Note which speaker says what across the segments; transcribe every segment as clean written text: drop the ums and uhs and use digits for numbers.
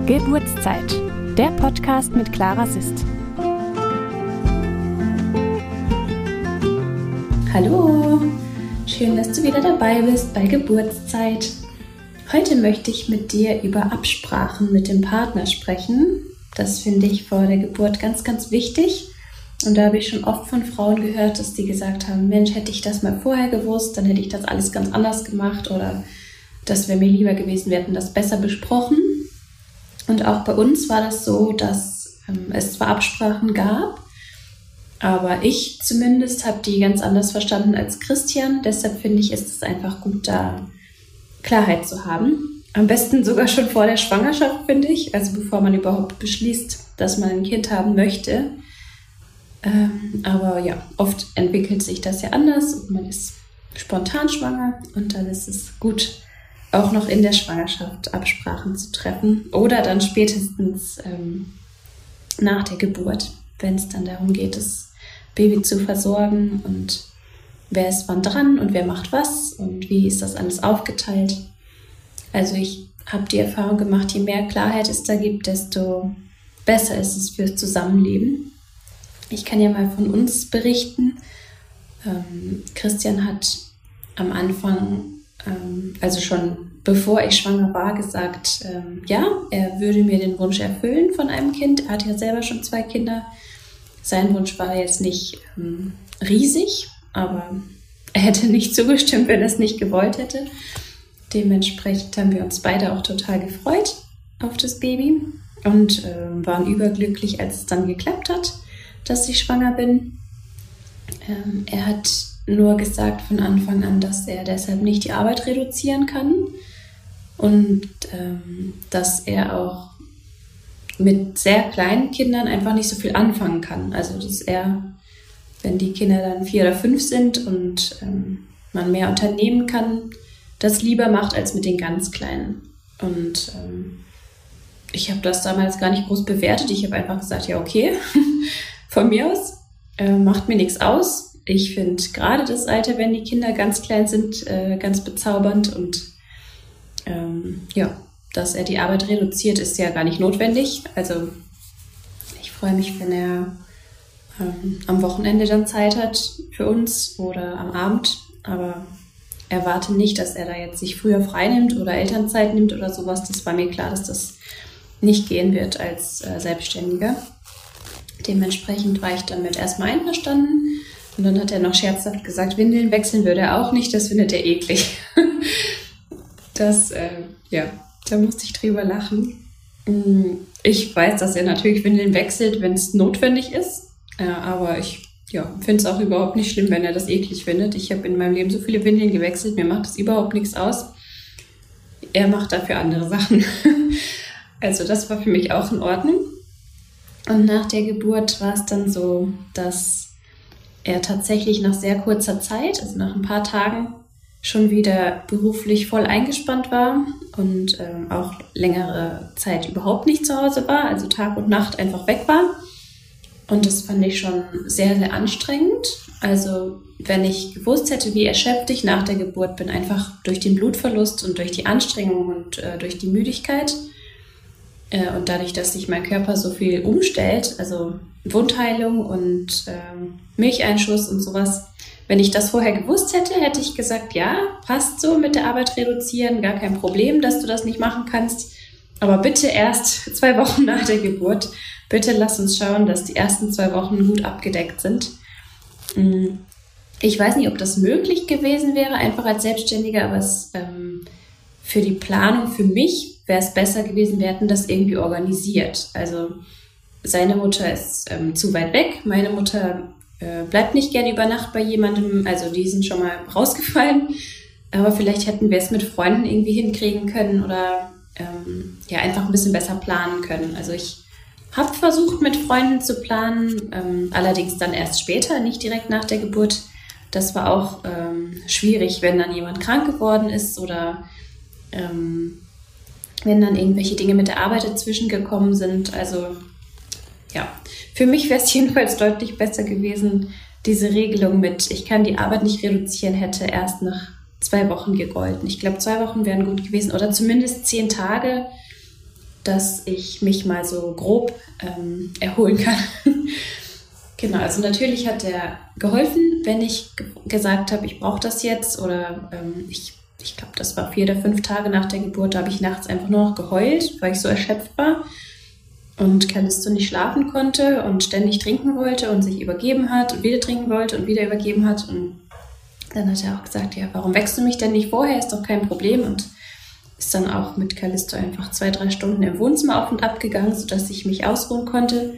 Speaker 1: Geburtszeit, der Podcast mit Clara Sist.
Speaker 2: Hallo, schön, dass du wieder dabei bist bei Geburtszeit. Heute möchte ich mit dir über Absprachen mit dem Partner sprechen. Das finde ich vor der Geburt ganz, ganz wichtig. Und da habe ich schon oft von Frauen gehört, dass die gesagt haben, Mensch, hätte ich das mal vorher gewusst, dann hätte ich das alles ganz anders gemacht oder das wäre mir lieber gewesen, wir hätten das besser besprochen. Und auch bei uns war das so, dass es zwar Absprachen gab, aber ich zumindest habe die ganz anders verstanden als Christian. Deshalb finde ich, ist es einfach gut, da Klarheit zu haben. Am besten sogar schon vor der Schwangerschaft, finde ich. Also bevor man überhaupt beschließt, dass man ein Kind haben möchte. Aber ja, oft entwickelt sich das ja anders und man ist spontan schwanger und dann ist es gut, auch noch in der Schwangerschaft Absprachen zu treffen oder dann spätestens nach der Geburt, wenn es dann darum geht, das Baby zu versorgen und wer ist wann dran und wer macht was und wie ist das alles aufgeteilt. Also ich habe die Erfahrung gemacht, je mehr Klarheit es da gibt, desto besser ist es fürs Zusammenleben. Ich kann ja mal von uns berichten. Christian hat am Anfang, also schon bevor ich schwanger war, gesagt, ja, er würde mir den Wunsch erfüllen von einem Kind. Er hat ja selber schon 2 Kinder. Sein Wunsch war jetzt nicht riesig, aber er hätte nicht zugestimmt, wenn er es nicht gewollt hätte. Dementsprechend haben wir uns beide auch total gefreut auf das Baby und waren überglücklich, als es dann geklappt hat, dass ich schwanger bin. Er hat nur gesagt von Anfang an, dass er deshalb nicht die Arbeit reduzieren kann und dass er auch mit sehr kleinen Kindern einfach nicht so viel anfangen kann. Also dass er, wenn die Kinder dann 4 oder 5 sind und man mehr unternehmen kann, das lieber macht als mit den ganz Kleinen. Und ich habe das damals gar nicht groß bewertet. Ich habe einfach gesagt, ja okay, von mir aus, macht mir nichts aus. Ich finde gerade das Alter, wenn die Kinder ganz klein sind, ganz bezaubernd und ja, dass er die Arbeit reduziert, ist ja gar nicht notwendig. Also ich freue mich, wenn er am Wochenende dann Zeit hat für uns oder am Abend, aber erwarte nicht, dass er da jetzt sich früher frei nimmt oder Elternzeit nimmt oder sowas. Das war mir klar, dass das nicht gehen wird als Selbstständiger. Dementsprechend war ich damit erstmal einverstanden. Und dann hat er noch scherzhaft gesagt, Windeln wechseln würde er auch nicht, das findet er eklig. Das, ja, da musste ich drüber lachen. Ich weiß, dass er natürlich Windeln wechselt, wenn es notwendig ist. Aber ich finde es auch überhaupt nicht schlimm, wenn er das eklig findet. Ich habe in meinem Leben so viele Windeln gewechselt, mir macht das überhaupt nichts aus. Er macht dafür andere Sachen. Also das war für mich auch in Ordnung. Und nach der Geburt war es dann so, dass er tatsächlich nach sehr kurzer Zeit, also nach ein paar Tagen, schon wieder beruflich voll eingespannt war und auch längere Zeit überhaupt nicht zu Hause war, also Tag und Nacht einfach weg war. Und das fand ich schon sehr, sehr anstrengend. Also wenn ich gewusst hätte, wie erschöpft ich nach der Geburt bin, einfach durch den Blutverlust und durch die Anstrengung und durch die Müdigkeit und dadurch, dass sich mein Körper so viel umstellt, also Wundheilung und Milcheinschuss und sowas. Wenn ich das vorher gewusst hätte, hätte ich gesagt, ja, passt so mit der Arbeit reduzieren, gar kein Problem, dass du das nicht machen kannst. Aber bitte erst 2 Wochen nach der Geburt. Bitte lass uns schauen, dass die ersten 2 Wochen gut abgedeckt sind. Ich weiß nicht, ob das möglich gewesen wäre, einfach als Selbstständiger, aber für die Planung für mich wäre es besser gewesen, wir hätten das irgendwie organisiert. Also seine Mutter ist zu weit weg, meine Mutter bleibt nicht gern über Nacht bei jemandem, also die sind schon mal rausgefallen, aber vielleicht hätten wir es mit Freunden irgendwie hinkriegen können oder einfach ein bisschen besser planen können. Also ich habe versucht, mit Freunden zu planen, allerdings dann erst später, nicht direkt nach der Geburt. Das war auch schwierig, wenn dann jemand krank geworden ist oder wenn dann irgendwelche Dinge mit der Arbeit dazwischen gekommen sind. Also ja, für mich wäre es jedenfalls deutlich besser gewesen, diese Regelung mit, ich kann die Arbeit nicht reduzieren, hätte erst nach 2 Wochen gegolten. Ich glaube, 2 Wochen wären gut gewesen oder zumindest 10 Tage. dass ich mich mal so grob erholen kann. Genau, also natürlich hat er geholfen, wenn ich gesagt habe, ich brauche das jetzt oder ich glaube, das war 4 oder 5 Tage nach der Geburt, da habe ich nachts einfach nur noch geheult, weil ich so erschöpft war und Callisto nicht schlafen konnte und ständig trinken wollte und sich übergeben hat und wieder trinken wollte und wieder übergeben hat. Und dann hat er auch gesagt, ja, warum wächst du mich denn nicht vorher, ist doch kein Problem. Und ist dann auch mit Callisto einfach 2-3 Stunden im Wohnzimmer auf und ab gegangen, sodass ich mich ausruhen konnte.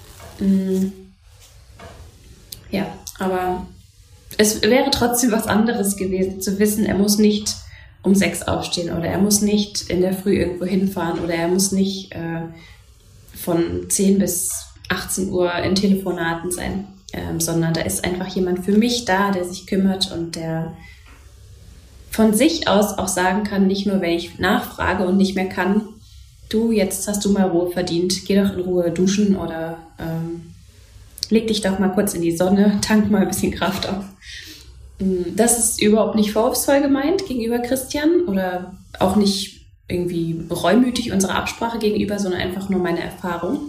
Speaker 2: Ja, aber es wäre trotzdem was anderes gewesen, zu wissen, er muss nicht um 6 aufstehen oder er muss nicht in der Früh irgendwo hinfahren oder er muss nicht von 10 bis 18 Uhr in Telefonaten sein, sondern da ist einfach jemand für mich da, der sich kümmert und der von sich aus auch sagen kann, nicht nur, wenn ich nachfrage und nicht mehr kann, du, jetzt hast du mal Ruhe verdient, geh doch in Ruhe duschen oder leg dich doch mal kurz in die Sonne, tank mal ein bisschen Kraft auf. Das ist überhaupt nicht vorwurfsvoll gemeint gegenüber Christian oder auch nicht irgendwie reumütig unserer Absprache gegenüber, sondern einfach nur meine Erfahrung.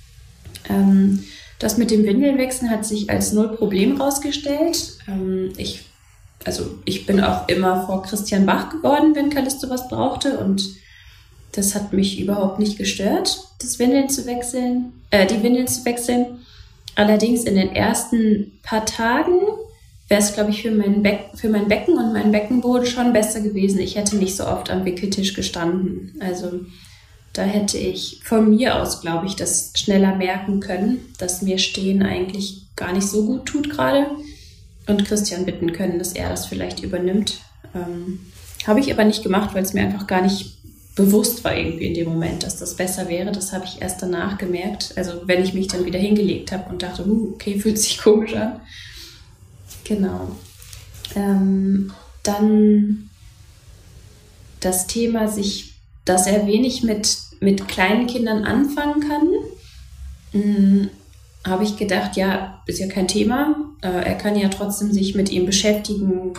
Speaker 2: Das mit dem Windelnwechseln hat sich als 0 Problem rausgestellt. Ich bin auch immer vor Christian wach geworden, wenn Callisto was brauchte und das hat mich überhaupt nicht gestört, die Windeln zu wechseln. Allerdings in den ersten paar Tagen wäre es, glaube ich, für mein Becken und meinen Beckenboden schon besser gewesen. Ich hätte nicht so oft am Wickeltisch gestanden. Also da hätte ich von mir aus, glaube ich, das schneller merken können, dass mir Stehen eigentlich gar nicht so gut tut gerade. Und Christian bitten können, dass er das vielleicht übernimmt. Habe ich aber nicht gemacht, weil es mir einfach gar nicht bewusst war irgendwie in dem Moment, dass das besser wäre. Das habe ich erst danach gemerkt. Also wenn ich mich dann wieder hingelegt habe und dachte, okay, fühlt sich komisch an. Genau. Dann das Thema, dass er wenig mit kleinen Kindern anfangen kann, habe ich gedacht, ja, ist ja kein Thema. Er kann ja trotzdem sich mit ihm beschäftigen.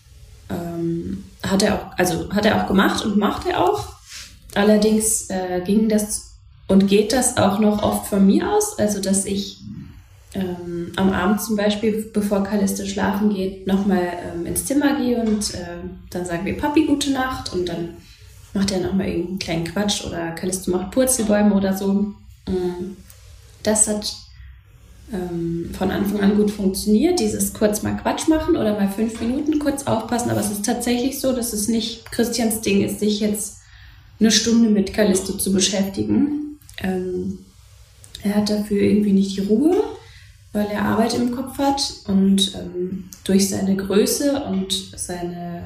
Speaker 2: Hat er auch gemacht und macht er auch. Allerdings ging das und geht das auch noch oft von mir aus. Also, dass ich am Abend zum Beispiel, bevor Callisto schlafen geht, nochmal ins Zimmer gehe und dann sagen wir Papi gute Nacht und dann macht er nochmal irgendeinen kleinen Quatsch oder Callisto macht Purzelbäume oder so. Das hat von Anfang an gut funktioniert, dieses kurz mal Quatsch machen oder mal 5 Minuten kurz aufpassen, aber es ist tatsächlich so, dass es nicht Christians Ding ist, sich jetzt 1 Stunde mit Callisto zu beschäftigen. Er hat dafür irgendwie nicht die Ruhe, weil er Arbeit im Kopf hat und durch seine Größe und seine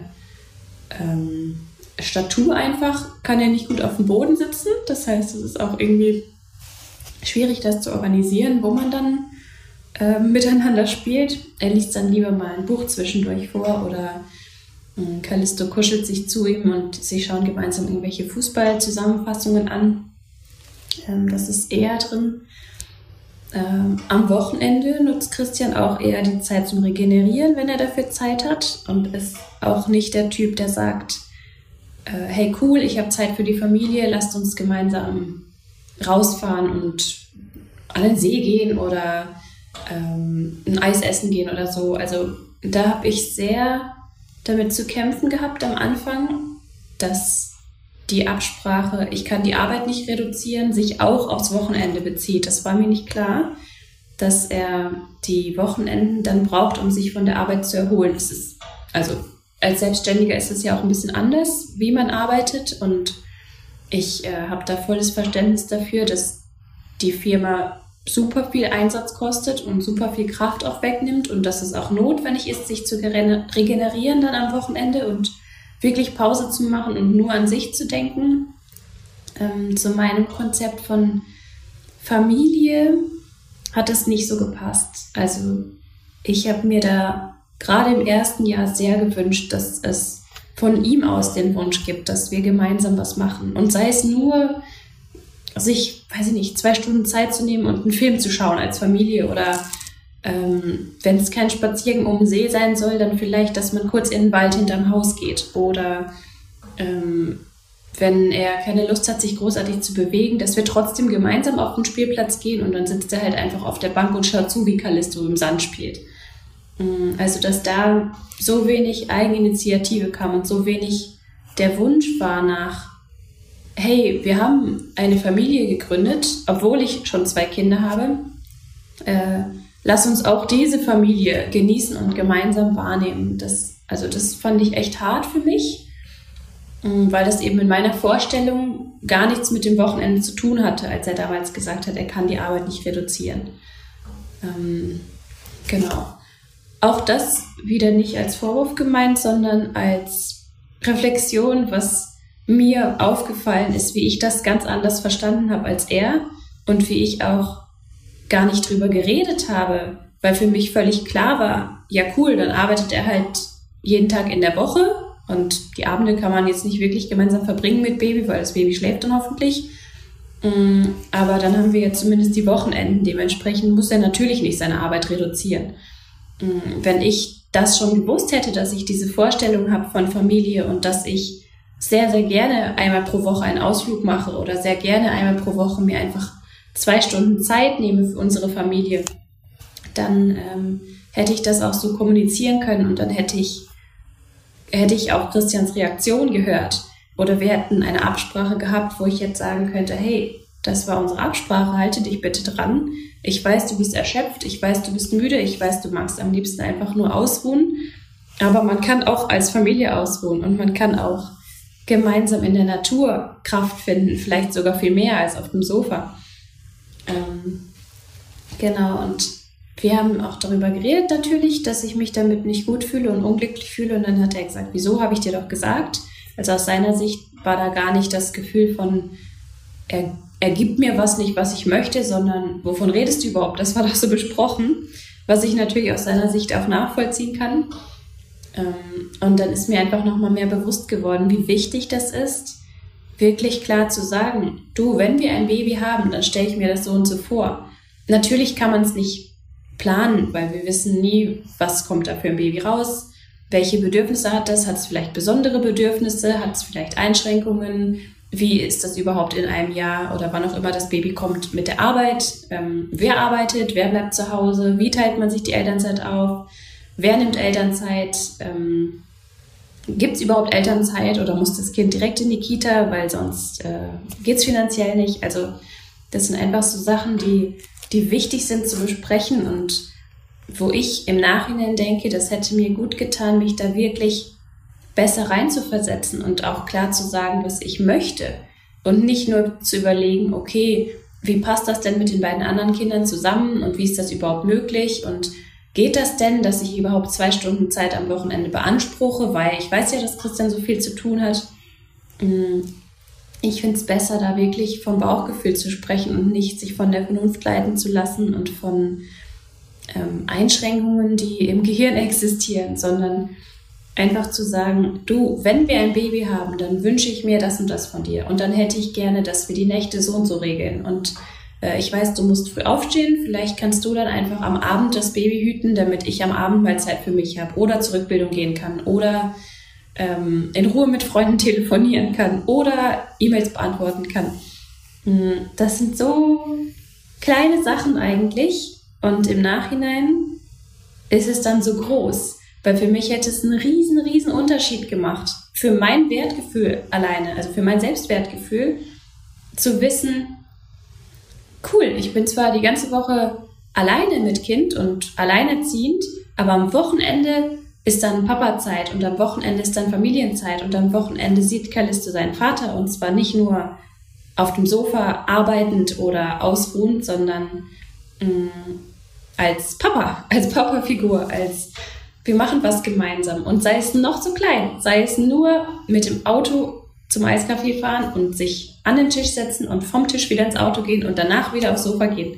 Speaker 2: Statur einfach kann er nicht gut auf dem Boden sitzen. Das heißt, es ist auch irgendwie schwierig, das zu organisieren, wo man dann miteinander spielt. Er liest dann lieber mal ein Buch zwischendurch vor oder Callisto kuschelt sich zu ihm und sie schauen gemeinsam irgendwelche Fußballzusammenfassungen an. Das ist eher drin. Am Wochenende nutzt Christian auch eher die Zeit zum Regenerieren, wenn er dafür Zeit hat und ist auch nicht der Typ, der sagt, hey cool, ich habe Zeit für die Familie, lasst uns gemeinsam rausfahren und an den See gehen oder ein Eis essen gehen oder so. Also da habe ich sehr damit zu kämpfen gehabt am Anfang, dass die Absprache, ich kann die Arbeit nicht reduzieren, sich auch aufs Wochenende bezieht. Das war mir nicht klar, dass er die Wochenenden dann braucht, um sich von der Arbeit zu erholen. Das ist, also als Selbstständiger ist es ja auch ein bisschen anders, wie man arbeitet und ich habe da volles Verständnis dafür, dass die Firma super viel Einsatz kostet und super viel Kraft auch wegnimmt und dass es auch notwendig ist, sich zu regenerieren dann am Wochenende und wirklich Pause zu machen und nur an sich zu denken. Zu meinem Konzept von Familie hat das nicht so gepasst. Also ich habe mir da gerade im ersten Jahr sehr gewünscht, dass es von ihm aus den Wunsch gibt, dass wir gemeinsam was machen. Und sei es nur, sich, 2 Stunden Zeit zu nehmen und einen Film zu schauen als Familie oder wenn es kein Spaziergang um den See sein soll, dann vielleicht, dass man kurz in den Wald hinterm Haus geht oder wenn er keine Lust hat, sich großartig zu bewegen, dass wir trotzdem gemeinsam auf den Spielplatz gehen und dann sitzt er halt einfach auf der Bank und schaut zu, wie Callisto im Sand spielt. Also, dass da so wenig Eigeninitiative kam und so wenig der Wunsch war nach, hey, wir haben eine Familie gegründet, obwohl ich schon 2 Kinder habe. Lass uns auch diese Familie genießen und gemeinsam wahrnehmen. Das fand ich echt hart für mich, weil das eben in meiner Vorstellung gar nichts mit dem Wochenende zu tun hatte, als er damals gesagt hat, er kann die Arbeit nicht reduzieren. Genau. Auch das wieder nicht als Vorwurf gemeint, sondern als Reflexion, was mir aufgefallen ist, wie ich das ganz anders verstanden habe als er und wie ich auch gar nicht drüber geredet habe, weil für mich völlig klar war, ja cool, dann arbeitet er halt jeden Tag in der Woche und die Abende kann man jetzt nicht wirklich gemeinsam verbringen mit Baby, weil das Baby schläft dann hoffentlich. Aber dann haben wir jetzt zumindest die Wochenenden. Dementsprechend muss er natürlich nicht seine Arbeit reduzieren. Wenn ich das schon gewusst hätte, dass ich diese Vorstellung habe von Familie und dass ich sehr, sehr gerne einmal pro Woche einen Ausflug mache oder sehr gerne einmal pro Woche mir einfach 2 Stunden Zeit nehme für unsere Familie, dann hätte ich das auch so kommunizieren können und dann hätte ich auch Christians Reaktion gehört. Oder wir hätten eine Absprache gehabt, wo ich jetzt sagen könnte, hey, das war unsere Absprache, halte dich bitte dran. Ich weiß, du bist erschöpft, ich weiß, du bist müde, ich weiß, du magst am liebsten einfach nur ausruhen. Aber man kann auch als Familie ausruhen und man kann auch gemeinsam in der Natur Kraft finden, vielleicht sogar viel mehr als auf dem Sofa. Genau, und wir haben auch darüber geredet natürlich, dass ich mich damit nicht gut fühle und unglücklich fühle. Und dann hat er gesagt, wieso, habe ich dir doch gesagt. Also aus seiner Sicht war da gar nicht das Gefühl von, er gibt mir was nicht, was ich möchte, sondern wovon redest du überhaupt? Das war doch so besprochen, was ich natürlich aus seiner Sicht auch nachvollziehen kann. Und dann ist mir einfach nochmal mehr bewusst geworden, wie wichtig das ist, wirklich klar zu sagen, du, wenn wir ein Baby haben, dann stelle ich mir das so und so vor. Natürlich kann man es nicht planen, weil wir wissen nie, was kommt da für ein Baby raus, welche Bedürfnisse hat es vielleicht besondere Bedürfnisse, hat es vielleicht Einschränkungen, wie ist das überhaupt in einem Jahr oder wann auch immer das Baby kommt mit der Arbeit, wer arbeitet, wer bleibt zu Hause, wie teilt man sich die Elternzeit auf, wer nimmt Elternzeit, gibt es überhaupt Elternzeit oder muss das Kind direkt in die Kita, weil sonst geht es finanziell nicht. Also das sind einfach so Sachen, die wichtig sind zu besprechen und wo ich im Nachhinein denke, das hätte mir gut getan, mich da wirklich besser reinzuversetzen und auch klar zu sagen, was ich möchte und nicht nur zu überlegen, okay, wie passt das denn mit den beiden anderen Kindern zusammen und wie ist das überhaupt möglich und geht das denn, dass ich überhaupt 2 Stunden Zeit am Wochenende beanspruche, weil ich weiß ja, dass Christian so viel zu tun hat. Ich finde es besser, da wirklich vom Bauchgefühl zu sprechen und nicht sich von der Vernunft leiten zu lassen und von Einschränkungen, die im Gehirn existieren, sondern einfach zu sagen, du, wenn wir ein Baby haben, dann wünsche ich mir das und das von dir und dann hätte ich gerne, dass wir die Nächte so und so regeln und ich weiß, du musst früh aufstehen, vielleicht kannst du dann einfach am Abend das Baby hüten, damit ich am Abend mal Zeit für mich habe oder zur Rückbildung gehen kann oder in Ruhe mit Freunden telefonieren kann oder E-Mails beantworten kann. Das sind so kleine Sachen eigentlich und im Nachhinein ist es dann so groß, weil für mich hätte es einen riesen Unterschied gemacht für mein Wertgefühl alleine, also für mein Selbstwertgefühl, zu wissen, cool, ich bin zwar die ganze Woche alleine mit Kind und alleinerziehend, aber am Wochenende ist dann Papa-Zeit und am Wochenende ist dann Familienzeit und am Wochenende sieht Callisto seinen Vater und zwar nicht nur auf dem Sofa arbeitend oder ausruhend, sondern als Papa, als Papa-Figur, als wir machen was gemeinsam und sei es noch so klein, sei es nur mit dem Auto zum Eiscafé fahren und sich an den Tisch setzen und vom Tisch wieder ins Auto gehen und danach wieder aufs Sofa gehen.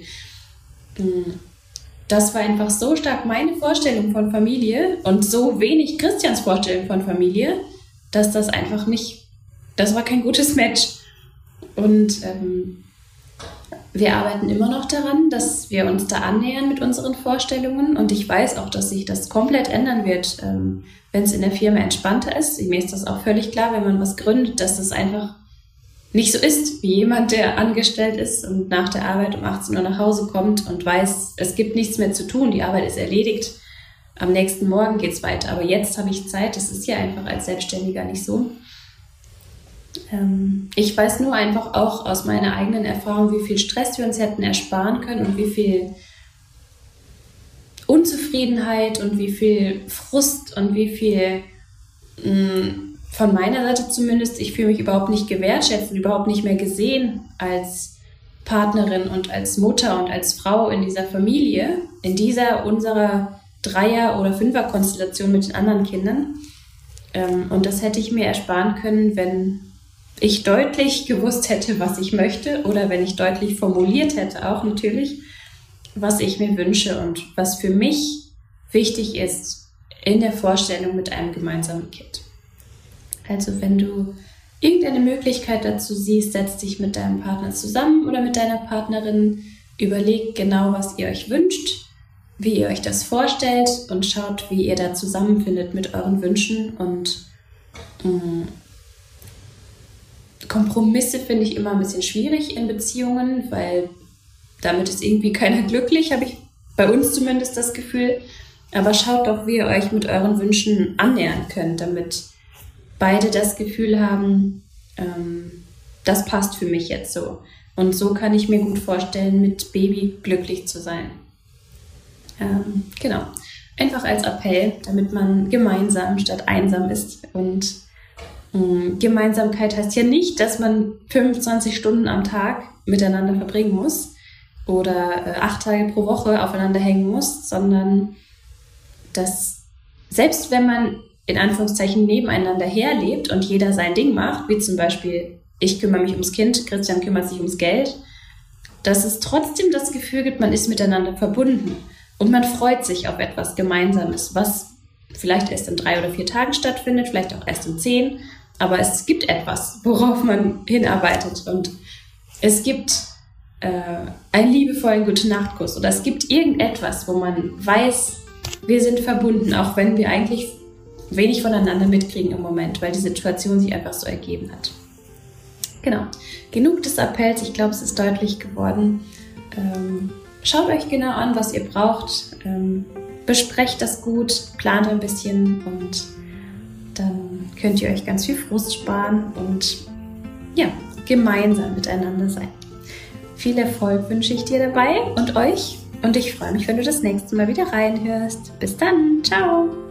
Speaker 2: Das war einfach so stark meine Vorstellung von Familie und so wenig Christians Vorstellung von Familie, dass das einfach nicht, das war kein gutes Match. Und wir arbeiten immer noch daran, dass wir uns da annähern mit unseren Vorstellungen und ich weiß auch, dass sich das komplett ändern wird, wenn es in der Firma entspannter ist. Mir ist das auch völlig klar, wenn man was gründet, dass das einfach nicht so ist wie jemand, der angestellt ist und nach der Arbeit um 18 Uhr nach Hause kommt und weiß, es gibt nichts mehr zu tun, die Arbeit ist erledigt, am nächsten Morgen geht's weiter, aber jetzt habe ich Zeit. Das ist ja einfach als Selbstständiger nicht so. Ich weiß nur einfach auch aus meiner eigenen Erfahrung, wie viel Stress wir uns hätten ersparen können und wie viel Unzufriedenheit und wie viel Frust und wie viel von meiner Seite zumindest, ich fühle mich überhaupt nicht gewertschätzt und überhaupt nicht mehr gesehen als Partnerin und als Mutter und als Frau in dieser Familie, in dieser unserer Dreier- oder Fünfer-Konstellation mit den anderen Kindern. Und das hätte ich mir ersparen können, wenn ich deutlich gewusst hätte, was ich möchte oder wenn ich deutlich formuliert hätte, auch natürlich, was ich mir wünsche und was für mich wichtig ist in der Vorstellung mit einem gemeinsamen Kind. Also wenn du irgendeine Möglichkeit dazu siehst, setz dich mit deinem Partner zusammen oder mit deiner Partnerin, überlegt genau, was ihr euch wünscht, wie ihr euch das vorstellt und schaut, wie ihr da zusammenfindet mit euren Wünschen. Und Kompromisse finde ich immer ein bisschen schwierig in Beziehungen, weil damit ist irgendwie keiner glücklich, habe ich bei uns zumindest das Gefühl. Aber schaut doch, wie ihr euch mit euren Wünschen annähern könnt, damit beide das Gefühl haben, das passt für mich jetzt so. Und so kann ich mir gut vorstellen, mit Baby glücklich zu sein. Genau. Einfach als Appell, damit man gemeinsam statt einsam ist. Und Gemeinsamkeit heißt ja nicht, dass man 25 Stunden am Tag miteinander verbringen muss oder 8 Tage pro Woche aufeinander hängen muss, sondern dass selbst wenn man in Anführungszeichen nebeneinander herlebt und jeder sein Ding macht, wie zum Beispiel ich kümmere mich ums Kind, Christian kümmert sich ums Geld, dass es trotzdem das Gefühl gibt, man ist miteinander verbunden und man freut sich auf etwas Gemeinsames, was vielleicht erst in 3 oder 4 Tagen stattfindet, vielleicht auch erst in 10, aber es gibt etwas, worauf man hinarbeitet und es gibt einen liebevollen Gute-Nacht-Kuss oder es gibt irgendetwas, wo man weiß, wir sind verbunden, auch wenn wir eigentlich wenig voneinander mitkriegen im Moment, weil die Situation sich einfach so ergeben hat. Genau, genug des Appells, ich glaube, es ist deutlich geworden. Schaut euch genau an, was ihr braucht, besprecht das gut, plant ein bisschen und dann könnt ihr euch ganz viel Frust sparen und ja, gemeinsam miteinander sein. Viel Erfolg wünsche ich dir dabei und euch und ich freue mich, wenn du das nächste Mal wieder reinhörst. Bis dann, ciao!